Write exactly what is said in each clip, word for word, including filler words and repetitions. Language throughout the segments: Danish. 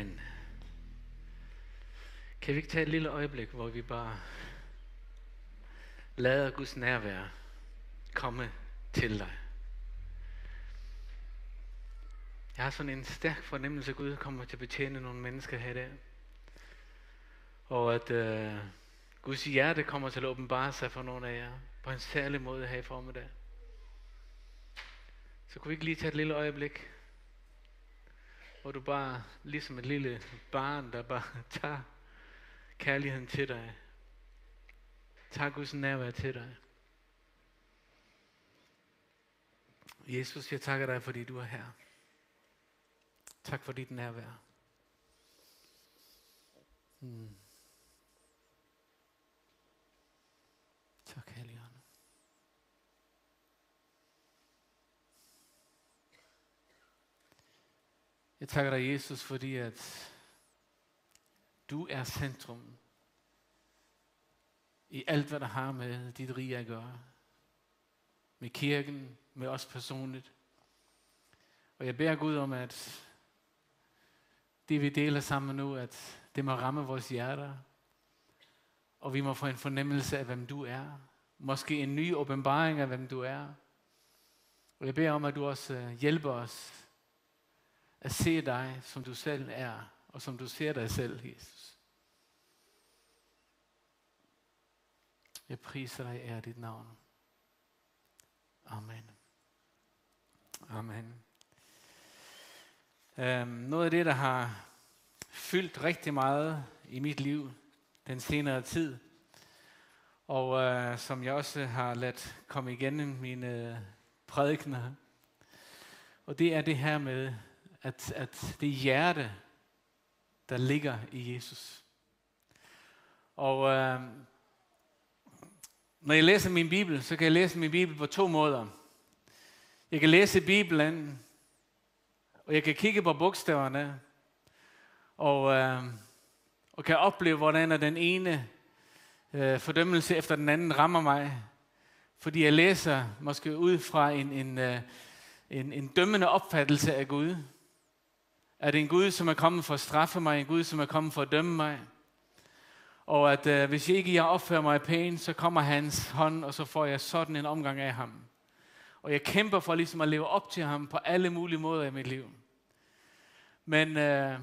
Amen. Kan vi ikke tage et lille øjeblik, hvor vi bare lader Guds nærvær komme til dig? Jeg har sådan en stærk fornemmelse, at Gud kommer til at betjene nogle mennesker her i dag. Og at øh, Guds hjerte kommer til at åbenbare sig for nogle af jer på en særlig måde her i formiddag. Så kunne vi ikke lige tage et lille øjeblik, hvor du bare, ligesom et lille barn, der bare tager kærligheden til dig. Tager Guds nærvær til dig. Jesus, jeg takker dig, fordi du er her. Tak for dit nærvær. Hmm. Tak, Helligånd. Jeg takker dig, Jesus, fordi at du er centrum i alt, hvad der har med dit rige at gøre. Med kirken, med os personligt. Og jeg beder Gud om, at det vi deler sammen nu, at det må ramme vores hjerter. Og vi må få en fornemmelse af, hvem du er. Måske en ny åbenbaring af, hvem du er. Og jeg beder om, at du også hjælper os at se dig, som du selv er, og som du ser dig selv, Jesus. Jeg priser dig, ære dit navn. Amen. Amen. Um, noget af det, der har fyldt rigtig meget i mit liv den senere tid, og uh, som jeg også har ladt komme igennem mine prædikener, og det er det her med, at, at det hjerte, der ligger i Jesus. Og uh, når jeg læser min Bibel, så kan jeg læse min Bibel på to måder. Jeg kan læse Bibelen, og jeg kan kigge på bogstaverne, og, øh, og kan opleve, hvordan den ene øh, fordømmelse efter den anden rammer mig. Fordi jeg læser måske ud fra en, en, øh, en, en dømmende opfattelse af Gud. Er det en Gud, som er kommet for at straffe mig, en Gud, som er kommet for at dømme mig? Og at øh, hvis jeg ikke jeg opfører mig pænt, så kommer hans hånd, og så får jeg sådan en omgang af ham. Og jeg kæmper for ligesom at leve op til ham på alle mulige måder i mit liv. Men øh,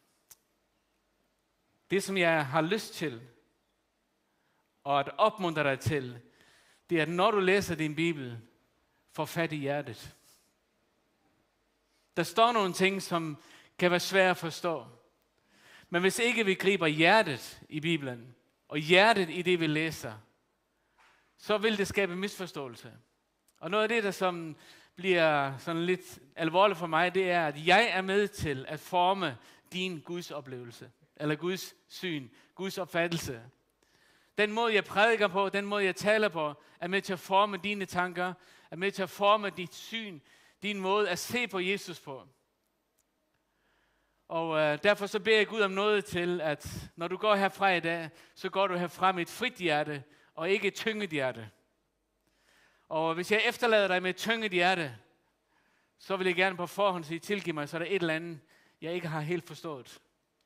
det, som jeg har lyst til, og at opmuntre dig til, det er, at når du læser din Bibel, få fat i hjertet. Der står nogle ting, som kan være svære at forstå. Men hvis ikke vi griber hjertet i Bibelen, og hjertet i det, vi læser, så vil det skabe misforståelse. Og noget af det, der som bliver sådan lidt alvorligt for mig, det er, at jeg er med til at forme din Guds oplevelse, eller Guds syn, Guds opfattelse. Den måde, jeg prædiker på, den måde, jeg taler på, er med til at forme dine tanker, er med til at forme dit syn, din måde at se på Jesus på. Og øh, derfor så beder jeg Gud om noget til, at når du går herfra i dag, så går du herfra med et frit hjerte, og ikke et tynget hjerte. Og hvis jeg efterlader dig med et tynget hjerte, så vil jeg gerne på forhånd sige, tilgiv mig, så er der et eller andet, jeg ikke har helt forstået.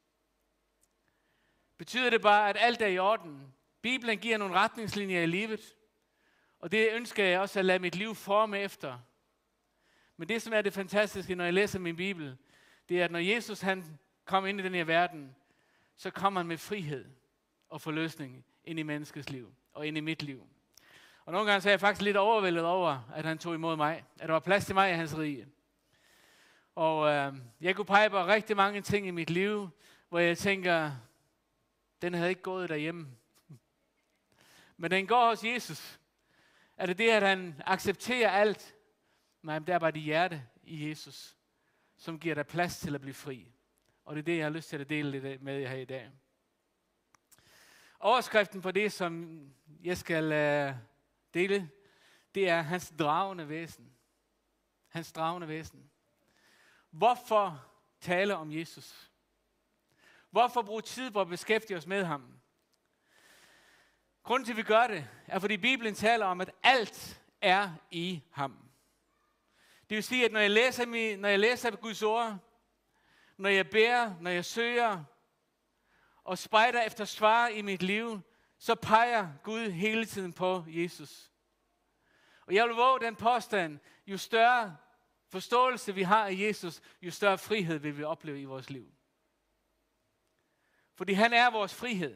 Betyder det bare, at alt er i orden? Bibelen giver nogle retningslinjer i livet, og det ønsker jeg også at lade mit liv forme efter. Men det, som er det fantastiske, når jeg læser min Bibel, det er, at når Jesus han kom ind i den her verden, så kom han med frihed og forløsning ind i menneskets liv og ind i mit liv. Og nogle gange så er jeg faktisk lidt overvældet over, at han tog imod mig. At der var plads til mig i hans rige. Og øh, jeg kunne pege på rigtig mange ting i mit liv, hvor jeg tænker, den havde ikke gået derhjemme. Men den går hos Jesus. Er det det, at han accepterer alt? Nej, men det er bare det hjerte i Jesus, som giver dig plads til at blive fri. Og det er det, jeg har lyst til at dele lidt med jer her i dag. Overskriften på det, som jeg skal uh, dele, det er hans dragende væsen. Hans dragende væsen. Hvorfor tale om Jesus? Hvorfor bruge tid på at beskæftige os med ham? Grunden til, at vi gør det, er fordi Bibelen taler om, at alt er i ham. Det vil sige, at når jeg læser, når jeg læser Guds ord, når jeg beder, når jeg søger og spejder efter svar i mit liv, så peger Gud hele tiden på Jesus. Og jeg vil våge den påstand, jo større forståelse vi har af Jesus, jo større frihed vil vi opleve i vores liv. Fordi han er vores frihed.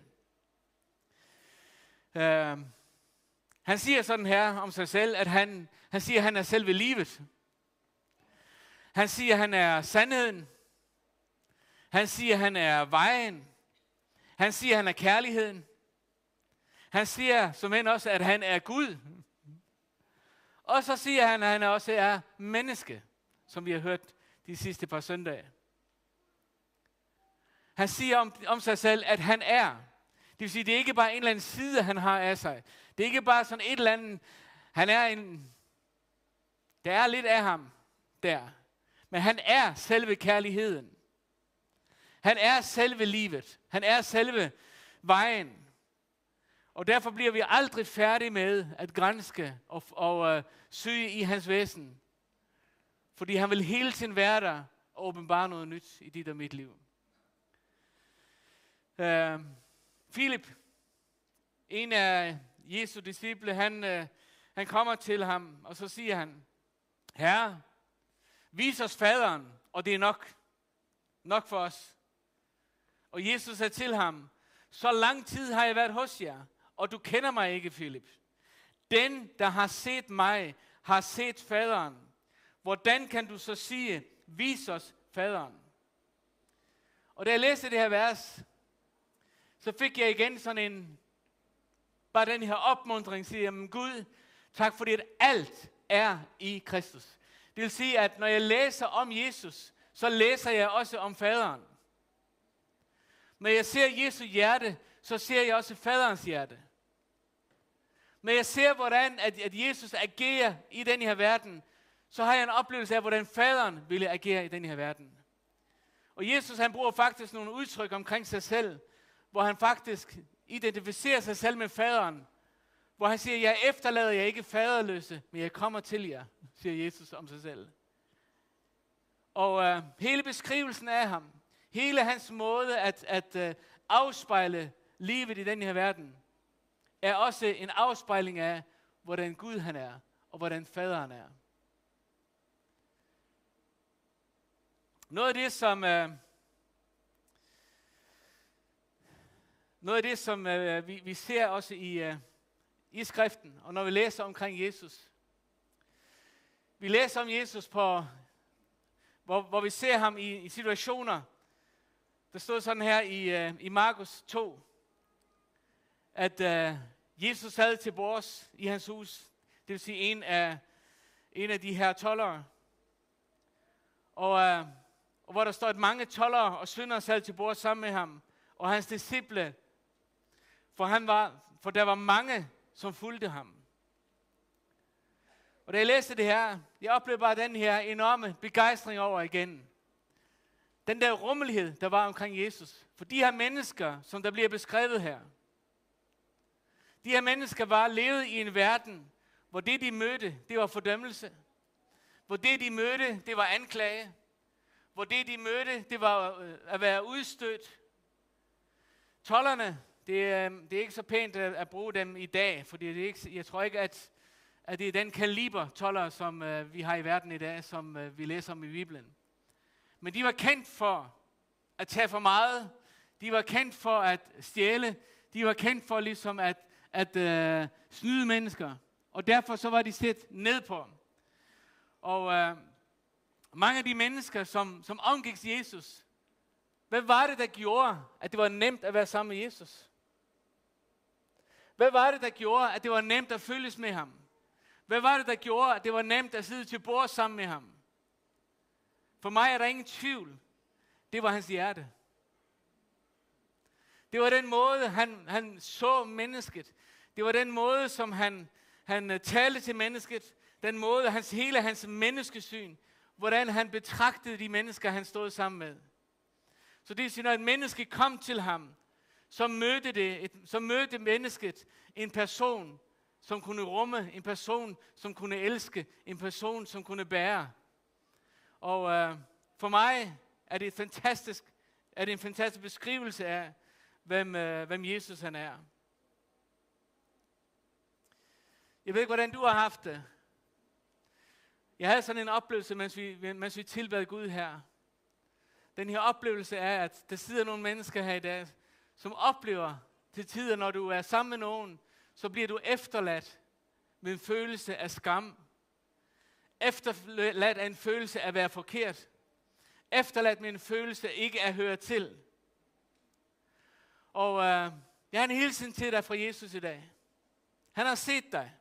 Uh, han siger sådan her om sig selv, at han, han siger, at han er selve livet. Han siger, at han er sandheden. Han siger, at han er vejen. Han siger, at han er kærligheden. Han siger som end også, at han er Gud. Og så siger han, at han også er menneske, som vi har hørt de sidste par søndage. Han siger om, om sig selv, at han er. Det vil sige, det er ikke bare en eller anden side, han har af sig. Det er ikke bare sådan et eller andet, han er en, der er lidt af ham der. Men han er selve kærligheden. Han er selve livet. Han er selve vejen. Og derfor bliver vi aldrig færdige med at granske og, og uh, søge i hans væsen. Fordi han vil hele tiden være der og åbenbare noget nyt i dit og mit liv. Uh, Filip, en af Jesu disciple, han, uh, han kommer til ham, og så siger han, Herre, vis os faderen, og det er nok. Nok for os. Og Jesus sagde til ham, så lang tid har jeg været hos jer, og du kender mig ikke, Filip. Den, der har set mig, har set faderen. Hvordan kan du så sige, vis os faderen? Og da jeg læste det her vers, så fik jeg igen sådan en, bare den her opmuntring, siger jeg, Gud, tak fordi at alt er i Kristus. Det vil sige, at når jeg læser om Jesus, så læser jeg også om faderen. Når jeg ser Jesu hjerte, så ser jeg også faderens hjerte. Når jeg ser, hvordan at, at Jesus agerer i den her verden, så har jeg en oplevelse af, hvordan faderen ville agere i den her verden. Og Jesus, han bruger faktisk nogle udtryk omkring sig selv, hvor han faktisk identificerer sig selv med faderen. Hvor han siger, jeg efterlader jer ikke faderløse, men jeg kommer til jer, siger Jesus om sig selv. Og øh, hele beskrivelsen af ham, hele hans måde at, at øh, afspejle livet i den her verden, er også en afspejling af, hvordan Gud han er, og hvordan faderen er. Noget af det, som, øh, noget af det, som øh, vi, vi ser også i, øh, i skriften, og når vi læser omkring Jesus. Vi læser om Jesus, på, hvor, hvor vi ser ham i, i situationer. Der stod sådan her i, øh, i Markus to, at øh, Jesus sad til bords i hans hus. Det vil sige en af, en af de her toldere. Og, øh, og hvor der står, at mange toldere og syndere sad til bords sammen med ham. Og hans disciple. For, han var, for der var mange, som fulgte ham. Og da jeg læste det her, jeg oplevede bare den her enorme begejstring over igen. Den der rummelighed, der var omkring Jesus. For de her mennesker, som der bliver beskrevet her. De her mennesker var levet i en verden, hvor det de mødte, det var fordømmelse. Hvor det de mødte, det var anklage. Hvor det de mødte, det var at være udstødt. Tolderne, det, det er ikke så pænt at, at bruge dem i dag, fordi det er ikke, jeg tror ikke, at, at det er den kaliber toldere, som uh, vi har i verden i dag, som uh, vi læser om i Bibelen. Men de var kendt for at tage for meget. De var kendt for at stjæle. De var kendt for ligesom at, at uh, snyde mennesker. Og derfor så var de set ned på. Og uh, mange af de mennesker, som, som omgik Jesus, hvad var det, der gjorde, at det var nemt at være sammen med Jesus? Hvad var det, der gjorde, at det var nemt at følges med ham? Hvad var det, der gjorde, at det var nemt at sidde til bord sammen med ham? For mig er der ingen tvivl. Det var hans hjerte. Det var den måde, han, han så mennesket. Det var den måde, som han, han talte til mennesket. Den måde, hans, hele hans menneskesyn. Hvordan han betragtede de mennesker, han stod sammen med. Så det vil sige, når et menneske kom til ham, så mødte, det, et, så mødte mennesket en person, som kunne rumme, en person, som kunne elske, en person, som kunne bære. Og øh, for mig er det, fantastisk, er det en fantastisk beskrivelse af, hvem, øh, hvem Jesus han er. Jeg ved ikke, hvordan du har haft det. Jeg havde sådan en oplevelse, mens vi, mens vi tilbad Gud her. Den her oplevelse er, at der sidder nogle mennesker her i dag, som oplever til tider, når du er sammen med nogen, så bliver du efterladt med en følelse af skam. Efterladt af en følelse af at være forkert. Efterladt med en følelse af ikke at høre til. Og øh, jeg har en hilsen til dig fra Jesus i dag. Han har set dig.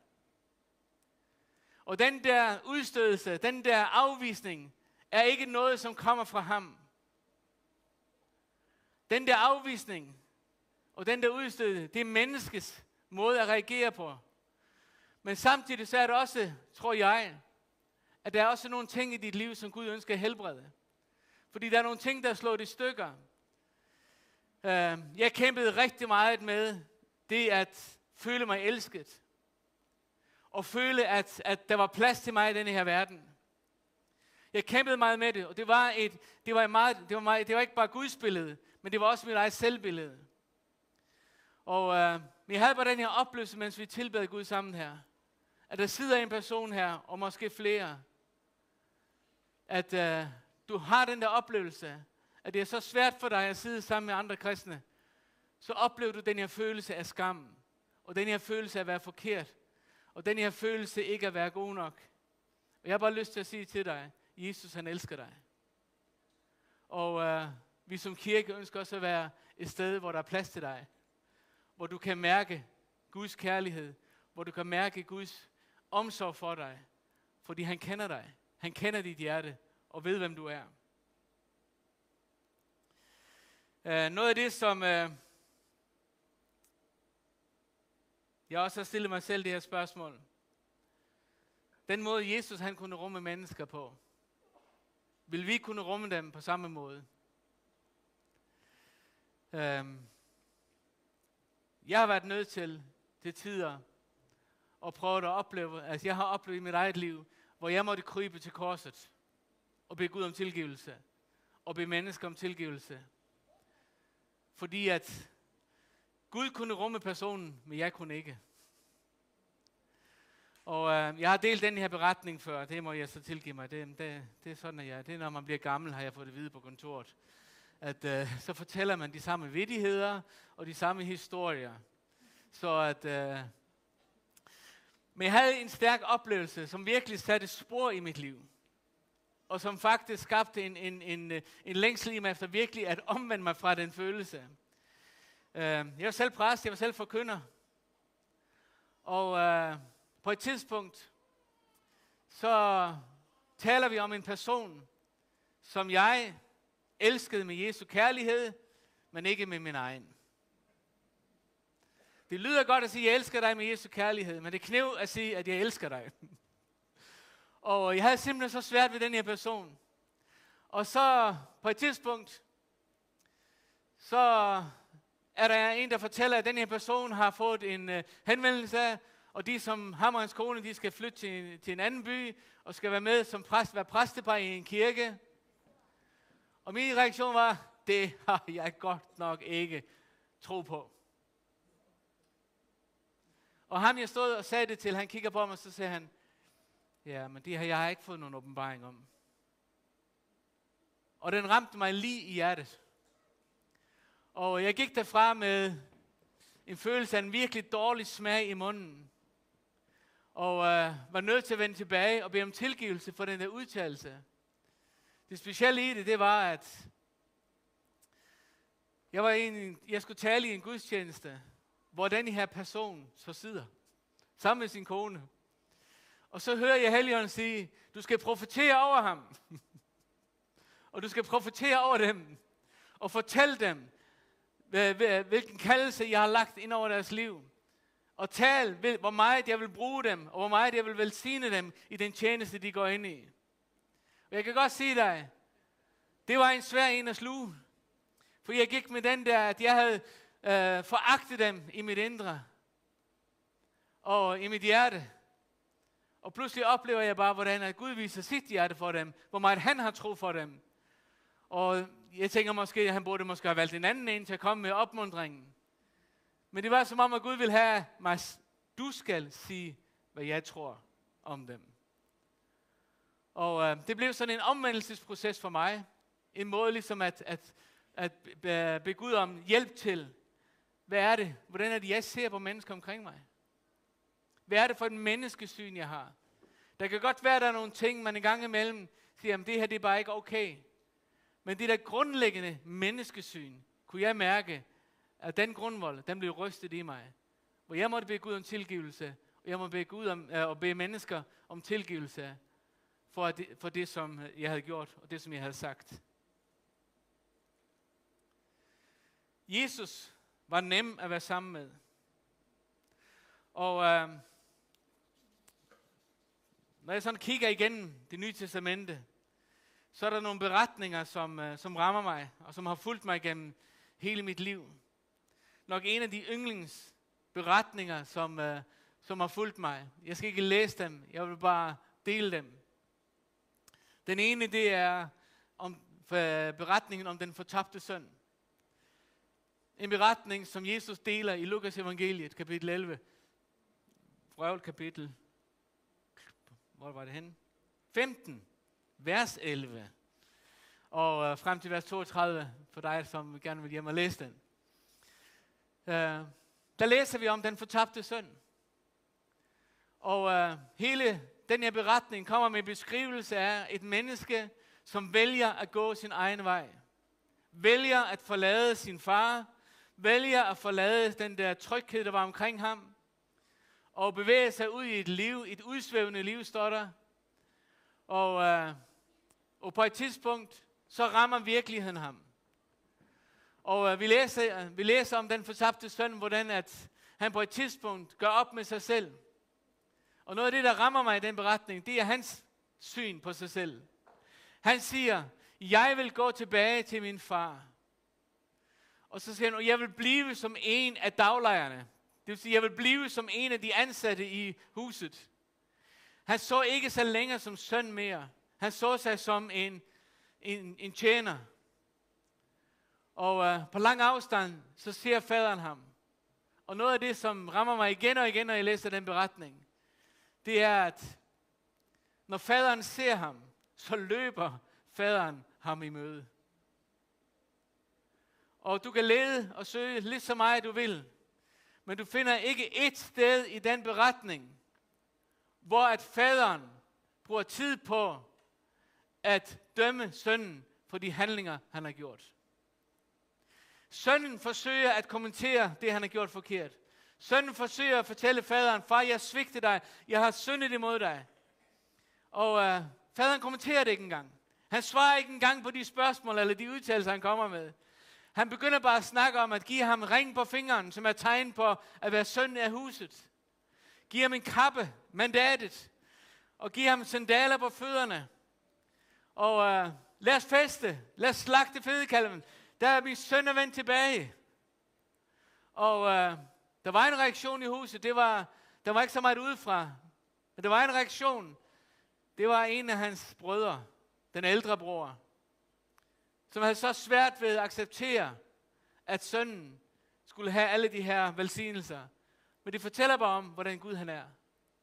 Og den der udstødelse, den der afvisning, er ikke noget, som kommer fra ham. Den der afvisning, og den der udstødelse, det er menneskets måde at reagere på. Men samtidig så er det også, tror jeg, at der er også nogle ting i dit liv, som Gud ønsker at helbrede. Fordi der er nogle ting, der er slået i stykker. Jeg kæmpede rigtig meget med det at føle mig elsket. Og føle, at, at der var plads til mig i denne her verden. Jeg kæmpede meget med det, og det var, et, det var, meget, det var, meget, det var ikke bare Guds billede, men det var også mit eget selvbillede. Og øh, jeg havde bare den her oplevelse, mens vi tilbad Gud sammen her. At der sidder en person her, og måske flere. At øh, du har den der oplevelse, at det er så svært for dig at sidde sammen med andre kristne. Så oplever du den her følelse af skam. Og den her følelse af at være forkert. Og den her følelse ikke at være god nok. Og jeg har bare lyst til at sige til dig, Jesus han elsker dig. Og øh, vi som kirke ønsker også at være et sted, hvor der er plads til dig. Hvor du kan mærke Guds kærlighed. Hvor du kan mærke Guds omsorg for dig. Fordi han kender dig. Han kender dit hjerte og ved, hvem du er. Uh, noget af det, som uh, jeg også har stillet mig selv det her spørgsmål. Den måde, Jesus han kunne rumme mennesker på. Vil vi kunne rumme dem på samme måde? Uh, jeg har været nødt til, til tider, at prøve at opleve, altså jeg har oplevet i mit eget liv, hvor jeg måtte krybe til korset, og bede Gud om tilgivelse, og bede mennesker om tilgivelse. Fordi at Gud kunne rumme personen, men jeg kunne ikke. Og øh, jeg har delt den her beretning før, det må jeg så tilgive mig. Det, det, det er sådan, at jeg, det er når man bliver gammel, har jeg fået det vide på kontoret. At øh, så fortæller man de samme vittigheder, og de samme historier. Så at... Øh, men jeg havde en stærk oplevelse, som virkelig satte spor i mit liv. Og som faktisk skabte en, en, en, en længsel i mig efter virkelig at omvende mig fra den følelse. Uh, jeg var selv præst, jeg var selv forkynder. Og uh, på et tidspunkt, så taler vi om en person, som jeg elskede med Jesu kærlighed, men ikke med min egen. Det lyder godt at sige, at jeg elsker dig med Jesu kærlighed, men det knev at sige, at jeg elsker dig. Og jeg havde simpelthen så svært ved den her person. Og så på et tidspunkt, så er der en, der fortæller, at den her person har fået en uh, henvendelse af, og de som ham og hans kone, de skal flytte til, til en anden by, og skal være med som præst, være præstepar i en kirke. Og min reaktion var, det har jeg godt nok ikke tro på. Og ham jeg stod og sagde det til, han kigger på mig, og så siger han, ja, men det har jeg ikke fået nogen åbenbaring om. Og den ramte mig lige i hjertet. Og jeg gik derfra med en følelse af en virkelig dårlig smag i munden. Og øh, var nødt til at vende tilbage og bede om tilgivelse for den der udtalelse. Det specielle i det, det var, at jeg, var en, jeg skulle tale i en gudstjeneste, hvor den her person så sidder, sammen med sin kone. Og så hører jeg Helligånden sige, du skal profetere over ham. Og du skal profetere over dem. Og fortælle dem, hvilken kaldelse jeg har lagt ind over deres liv. Og tal, hvor meget jeg vil bruge dem, og hvor meget jeg vil velsigne dem i den tjeneste, de går ind i. Og jeg kan godt sige dig, det var en svær en at sluge. For jeg gik med den der, at jeg havde øh, foragtet dem i mit indre. Og i mit hjerte. Og pludselig oplever jeg bare, hvordan at Gud viser sit hjerte for dem. Hvor meget han har tro for dem. Og jeg tænker måske, at han burde måske have valgt en anden en til at komme med opmuntringen. Men det var som om, at Gud ville have mig, du skal sige, hvad jeg tror om dem. Og øh, det blev sådan en omvendelsesproces for mig. En måde ligesom at, at, at bede Gud om hjælp til. Hvad er det? Hvordan er det, jeg ser på mennesker omkring mig? Hvad er det for et menneskesyn, jeg har? Der kan godt være, at der er nogle ting, man en gang imellem siger, at det her det er bare ikke okay. Men det der grundlæggende menneskesyn, kunne jeg mærke, at den grundvold, den blev rystet i mig. Hvor jeg måtte bede Gud om tilgivelse, og jeg måtte bede Gud om, øh, og bede mennesker om tilgivelse for det, for det, som jeg havde gjort, og det, som jeg havde sagt. Jesus var nem at være sammen med. Og øh, når jeg sådan kigger igennem Det Nye Testamente, så er der nogle beretninger, som, øh, som rammer mig, og som har fulgt mig gennem hele mit liv. Nok en af de yndlingsberetninger, som, øh, som har fulgt mig. Jeg skal ikke læse dem, jeg vil bare dele dem. Den ene, det er om, øh, beretningen om den fortabte søn. En beretning, som Jesus deler i Lukas evangeliet, kapitel elleve. Vrøvl kapitel. Hvor var det henne? femten, vers elleve. Og øh, frem til vers toogtredive, for dig, som gerne vil hjem og læse den. Øh, der læser vi om den fortabte søn. Og øh, hele den her beretning kommer med en beskrivelse af et menneske, som vælger at gå sin egen vej. Vælger at forlade sin far. Vælger at forlade den der tryghed, der var omkring ham. Og bevæge sig ud i et liv, et udsvævende liv, står der. Og, øh, og på et tidspunkt, så rammer virkeligheden ham. Og øh, vi, læser, vi læser om den fortabte søn, hvordan at han på et tidspunkt gør op med sig selv. Og noget af det, der rammer mig i den beretning, det er hans syn på sig selv. Han siger, jeg vil gå tilbage til min far. Og så siger han, jeg vil blive som en af daglejerne. Det vil sige, jeg vil blive som en af de ansatte i huset. Han så ikke sig længere som søn mere. Han så sig som en, en, en tjener. Og uh, på lang afstand, så ser faderen ham. Og noget af det, som rammer mig igen og igen, når jeg læser den beretning, det er, at når faderen ser ham, så løber faderen ham i møde. Og du kan lede og søge lidt så meget, du vil. Men du finder ikke et sted i den beretning, hvor at faderen bruger tid på at dømme sønnen for de handlinger, han har gjort. Sønnen forsøger at kommentere det, han har gjort forkert. Sønnen forsøger at fortælle faderen, far, jeg svigter dig, jeg har syndet imod dig. Og øh, faderen kommenterer det ikke engang. Han svarer ikke engang på de spørgsmål eller de udtalelser, han kommer med. Han begynder bare at snakke om at give ham ring på fingeren, som er tegn på at være søn af huset. Giv ham en kappe, mandatet, og giv ham sandaler på fødderne. Og øh, lad os feste, lad os slagte fedekalven. Der er min søn er vendt tilbage. Og øh, der var en reaktion i huset, det var, der var ikke så meget udefra, men der var en reaktion. Det var en af hans brødre, den ældre bror, som havde så svært ved at acceptere, at sønnen skulle have alle de her velsignelser. Men det fortæller bare om, hvordan Gud han er.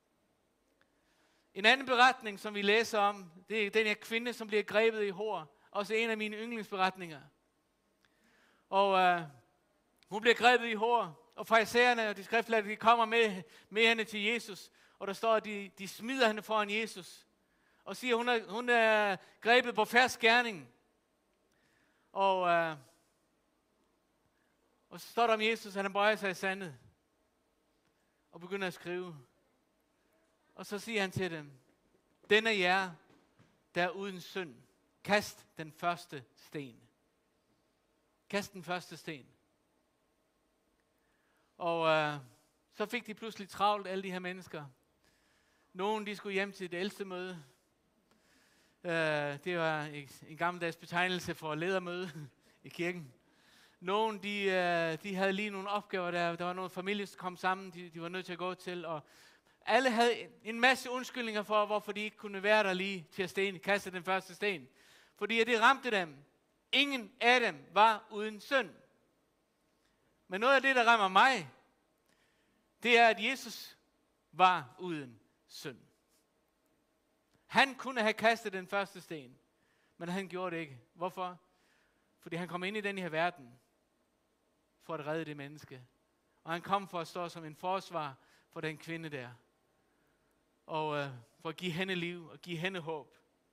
En anden beretning, som vi læser om, det er den her kvinde, som bliver grebet i hår. Også en af mine yndlingsberetninger. Og øh, hun bliver grebet i hår, og farisæerne og de skriftlærde, de kommer med, med hende til Jesus. Og der står, at de, de smider hende foran Jesus. Og siger, at hun er, hun er grebet på fersk gerning. Og, øh, og så står der om Jesus, at han bøjer sig i sandet. Og begynder at skrive. Og så siger han til dem, den af jer, der er uden synd, kast den første sten. Kast den første sten. Og øh, så fik de pludselig travlt, alle de her mennesker. Nogle, de skulle hjem til det ældste møde. Uh, det var en gammeldags betegnelse for ledermøde i kirken. Nogle, de, uh, de havde lige nogle opgaver der. Der var nogle familier, der kom sammen, de, de var nødt til at gå til. Og alle havde en masse undskyldninger for, hvorfor de ikke kunne være der lige til at sten, kaste den første sten. Fordi det ramte dem. Ingen af dem var uden synd. Men noget af det, der rammer mig, det er, at Jesus var uden synd. Han kunne have kastet den første sten, men han gjorde det ikke. Hvorfor? Fordi han kom ind i den her verden for at redde det menneske. Og han kom for at stå som en forsvar for den kvinde der. Og øh, for at give hende liv og give hende håb.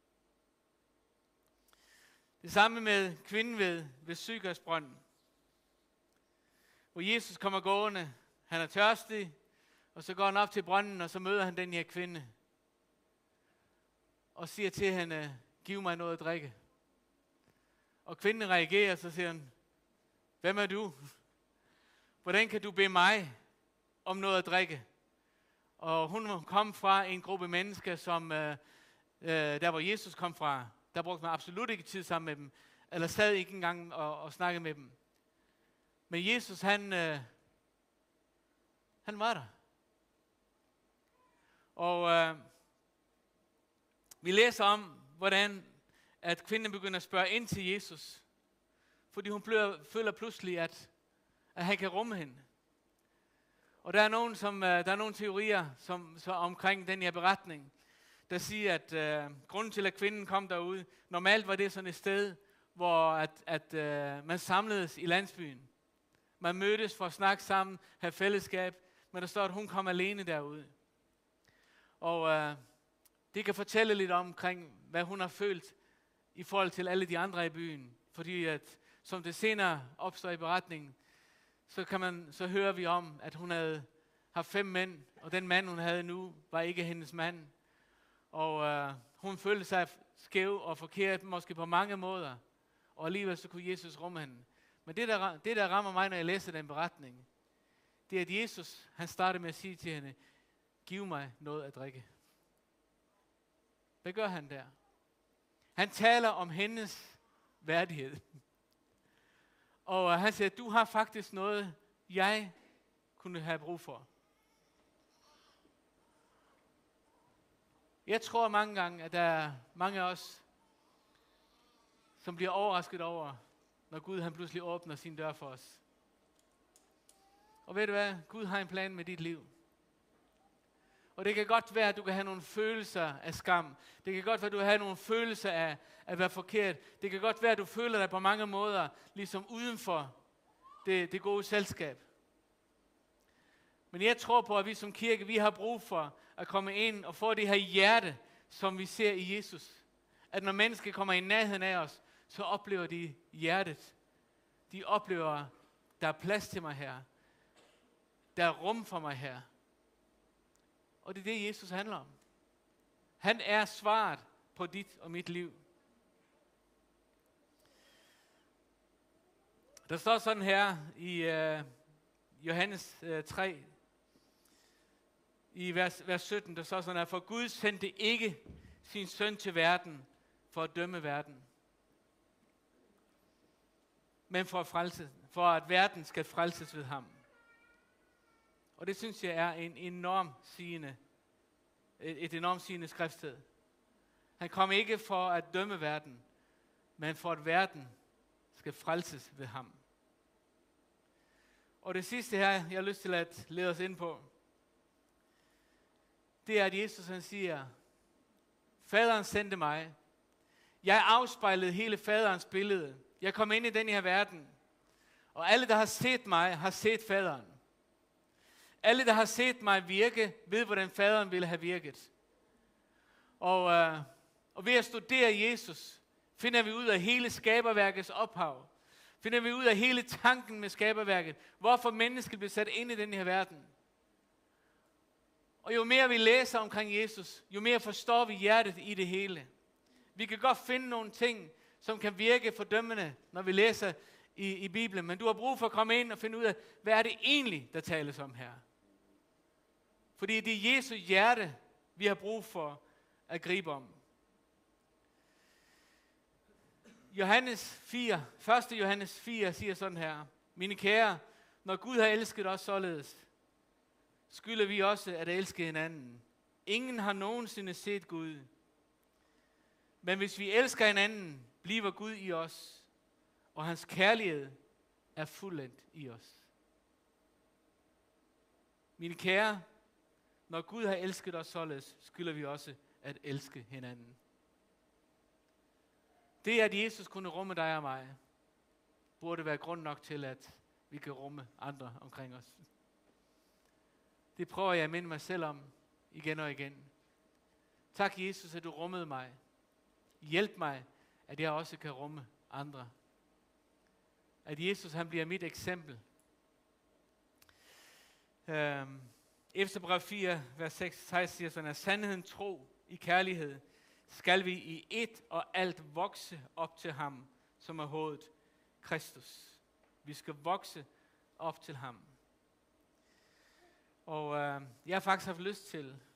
Det samme med kvinden ved, ved Sykarsbrønden. Hvor Jesus kommer gående. Han er tørstig. Og så går han op til brønden, og så møder han den her kvinde. Og siger til hende, giv mig noget at drikke. Og kvinden reagerer, så siger han, hvem er du? Hvordan kan du bede mig om noget at drikke? Og hun kom fra en gruppe mennesker, som øh, øh, der hvor Jesus kom fra, der brugte man absolut ikke tid sammen med dem, eller sad ikke engang og, og snakkede med dem. Men Jesus, han, øh, han var der. Og øh, vi læser om, hvordan at kvinden begynder at spørge ind til Jesus, fordi hun bliver, føler pludselig, at, at han kan rumme hende. Og der er nogle, som, der er nogle teorier som, så omkring den her beretning, der siger, at uh, grunden til, at kvinden kom derude, normalt var det sådan et sted, hvor at, at, uh, man samledes i landsbyen. Man mødtes for at snakke sammen, have fællesskab, men der står, at hun kom alene derude. Og uh, det kan fortælle lidt omkring, hvad hun har følt i forhold til alle de andre i byen. Fordi at, som det senere opstår i beretningen, så, kan man, så hører vi om, at hun havde haft fem mænd, og den mand, hun havde nu, var ikke hendes mand. Og øh, hun følte sig skæv og forkert, måske på mange måder. Og alligevel så kunne Jesus rumme hende. Men det der, det, der rammer mig, når jeg læser den beretning, det er, at Jesus, han starter med at sige til hende, giv mig noget at drikke. Hvad gør han der? Han taler om hendes værdighed. Og han siger, du har faktisk noget, jeg kunne have brug for. Jeg tror mange gange, at der er mange af os, som bliver overrasket over, når Gud han pludselig åbner sin dør for os. Og ved du hvad? Gud har en plan med dit liv. Og det kan godt være, at du kan have nogle følelser af skam. Det kan godt være, at du kan have nogle følelser af at være forkert. Det kan godt være, at du føler dig på mange måder ligesom uden for det, det gode selskab. Men jeg tror på, at vi som kirke, vi har brug for at komme ind og få det her hjerte, som vi ser i Jesus. At når mennesker kommer i nærheden af os, så oplever de hjertet. De oplever, der er plads til mig her. Der er rum for mig her. Og det er det, Jesus handler om. Han er svaret på dit og mit liv. Der står sådan her i uh, Johannes uh, tre, i vers, vers sytten, der står sådan her, for Gud sendte ikke sin søn til verden for at dømme verden, men for at, frelse, for at verden skal frelses ved ham. Og det synes jeg er en enorm sigende, et, et enormt sigende skriftsted. Han kom ikke for at dømme verden, men for at verden skal frelses ved ham. Og det sidste her, jeg har lyst til at lede os ind på, det er, at Jesus han siger, faderen sendte mig. Jeg afspejlede hele faderens billede. Jeg kom ind i den her verden. Og alle, der har set mig, har set faderen. Alle, der har set mig virke, ved, hvordan faderen ville have virket. Og, øh, og ved at studere Jesus, finder vi ud af hele skaberværkets ophav. Finder vi ud af hele tanken med skaberværket. Hvorfor mennesket blev sat ind i den her verden. Og jo mere vi læser omkring Jesus, jo mere forstår vi hjertet i det hele. Vi kan godt finde nogle ting, som kan virke fordømmende, når vi læser i, i Bibelen. Men du har brug for at komme ind og finde ud af, hvad er det egentlig, der tales om her. Fordi det er Jesu hjerte, vi har brug for at gribe om. Johannes fire, første Johannes fire siger sådan her. Mine kære, når Gud har elsket os således, skylder vi også at elske hinanden. Ingen har nogensinde set Gud. Men hvis vi elsker hinanden, bliver Gud i os, og hans kærlighed er fuldendt i os. Mine kære, når Gud har elsket os således, skylder vi også at elske hinanden. Det, at Jesus kunne rumme dig og mig, burde være grund nok til, at vi kan rumme andre omkring os. Det prøver jeg at minde mig selv om igen og igen. Tak, Jesus, at du rummede mig. Hjælp mig, at jeg også kan rumme andre. At Jesus, han bliver mit eksempel. Øhm, Efterbrev fire, vers seks til seksten siger sådan, at sandheden, tro i kærlighed, skal vi i et og alt vokse op til ham, som er hovedet, Kristus. Vi skal vokse op til ham. Og øh, jeg har faktisk haft lyst til